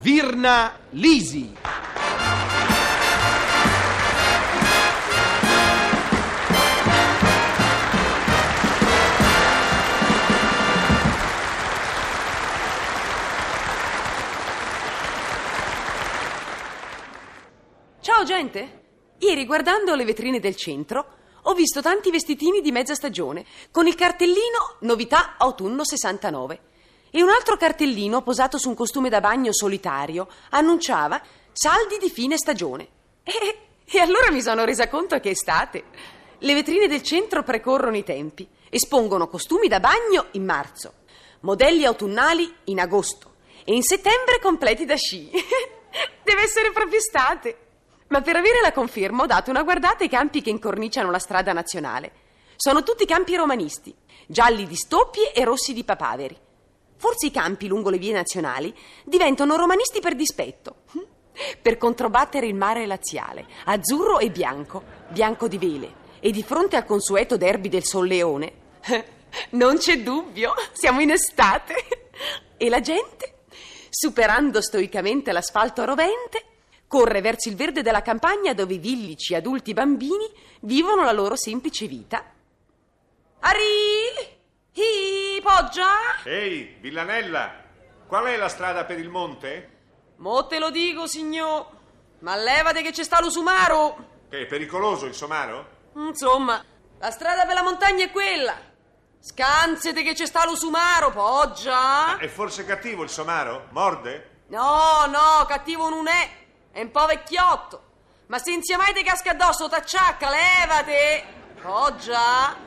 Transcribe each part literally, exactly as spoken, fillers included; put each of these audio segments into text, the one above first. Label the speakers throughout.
Speaker 1: Virna Lisi.
Speaker 2: Ciao gente! Ieri, guardando le vetrine del centro, ho visto tanti vestitini di mezza stagione con il cartellino Novità Autunno sessantanove e un altro cartellino posato su un costume da bagno solitario annunciava saldi di fine stagione. E, e allora mi sono resa conto che è estate. Le vetrine del centro precorrono i tempi, espongono costumi da bagno in marzo, modelli autunnali in agosto e in settembre completi da sci. Deve essere proprio estate. Ma per avere la conferma ho dato una guardata ai campi che incorniciano la strada nazionale. Sono tutti campi romanisti, gialli di stoppie e rossi di papaveri. Forse i campi lungo le vie nazionali diventano romanisti per dispetto, per controbattere il mare laziale, azzurro e bianco, bianco di vele, e di fronte al consueto derby del Solleone. Non c'è dubbio, siamo in estate. E la gente, superando stoicamente l'asfalto rovente, corre verso il verde della campagna dove i villici, adulti e bambini vivono la loro semplice vita. Arì! Hi, Poggia?
Speaker 3: Ehi, Villanella, qual è la strada per il monte?
Speaker 2: Mo te lo dico, signor. Ma levate che c'è sta lo Sumaro.
Speaker 3: Che è pericoloso il Somaro?
Speaker 2: Insomma, la strada per la montagna è quella. Scansete che c'è sta lo Sumaro, Poggia.
Speaker 3: Ma è forse cattivo il Somaro? Morde?
Speaker 2: No, no, cattivo non è. È un po' vecchiotto. Ma se insieme mai ti casca addosso, t'acciacca, levate. Poggia.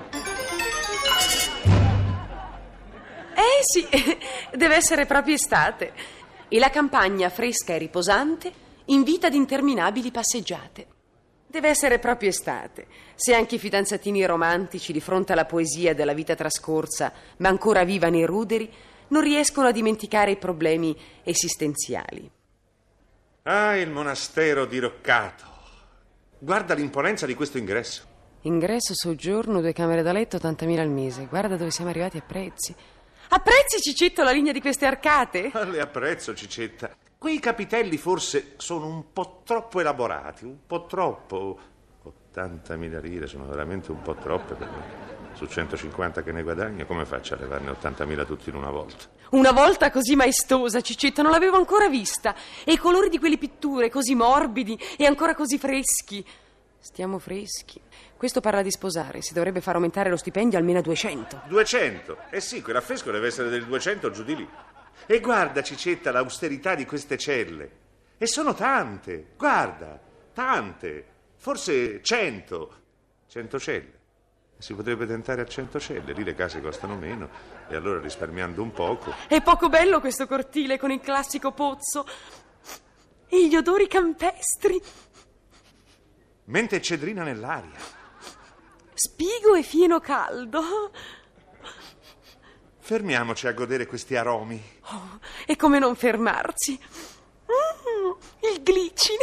Speaker 2: Eh sì, deve essere proprio estate. E la campagna fresca e riposante invita ad interminabili passeggiate. Deve essere proprio estate, se anche i fidanzatini romantici di fronte alla poesia della vita trascorsa, ma ancora viva nei ruderi, non riescono a dimenticare i problemi esistenziali.
Speaker 3: Ah, il monastero diroccato. Guarda l'imponenza di questo ingresso.
Speaker 2: Ingresso, soggiorno, due camere da letto, ottantamila al mese. Guarda dove siamo arrivati a prezzi. Apprezzi, Cicetto, la linea di queste arcate?
Speaker 3: Ah, le apprezzo, Cicetta. Quei capitelli forse sono un po' troppo elaborati, un po' troppo. ottantamila lire sono veramente un po' troppe per me. Su centocinquanta che ne guadagno, come faccio a levarne ottantamila tutti in una volta?
Speaker 2: Una volta così maestosa, Cicetto, non l'avevo ancora vista. E i colori di quelle pitture, così morbidi e ancora così freschi. Stiamo freschi. Questo parla di sposare. Si dovrebbe far aumentare lo stipendio almeno a duecento.
Speaker 3: duecento? Eh sì, quell'affresco deve essere del duecento giù di lì. E guarda, Cicetta, l'austerità di queste celle. E sono tante, guarda, tante. Forse cento. Cento celle. Si potrebbe tentare a cento celle, lì le case costano meno e allora risparmiando un poco.
Speaker 2: È poco bello questo cortile con il classico pozzo e gli odori campestri.
Speaker 3: Mente e cedrina nell'aria.
Speaker 2: Spigo e fieno caldo.
Speaker 3: Fermiamoci a godere questi aromi.
Speaker 2: Oh, e come non fermarsi? Mm, il glicine.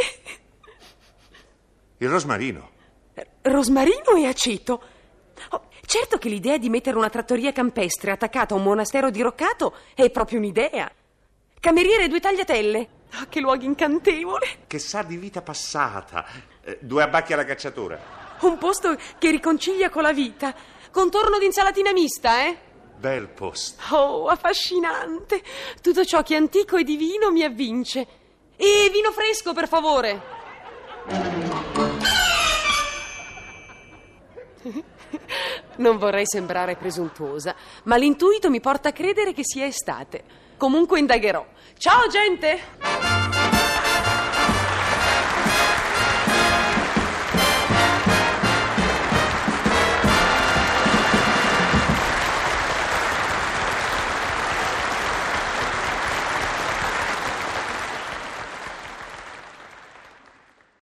Speaker 3: Il rosmarino.
Speaker 2: Rosmarino e aceto. Oh, certo che l'idea di mettere una trattoria campestre attaccata a un monastero diroccato è proprio un'idea. Cameriere e due tagliatelle. Ah, che luoghi incantevoli.
Speaker 3: Che sa di vita passata. Eh, due abbacchi alla cacciatora.
Speaker 2: Un posto che riconcilia con la vita. Contorno di insalatina mista, eh?
Speaker 3: Bel posto.
Speaker 2: Oh, affascinante. Tutto ciò che è antico e divino mi avvince. E vino fresco, per favore. Non vorrei sembrare presuntuosa, ma l'intuito mi porta a credere che sia estate. Comunque indagherò. Ciao, gente!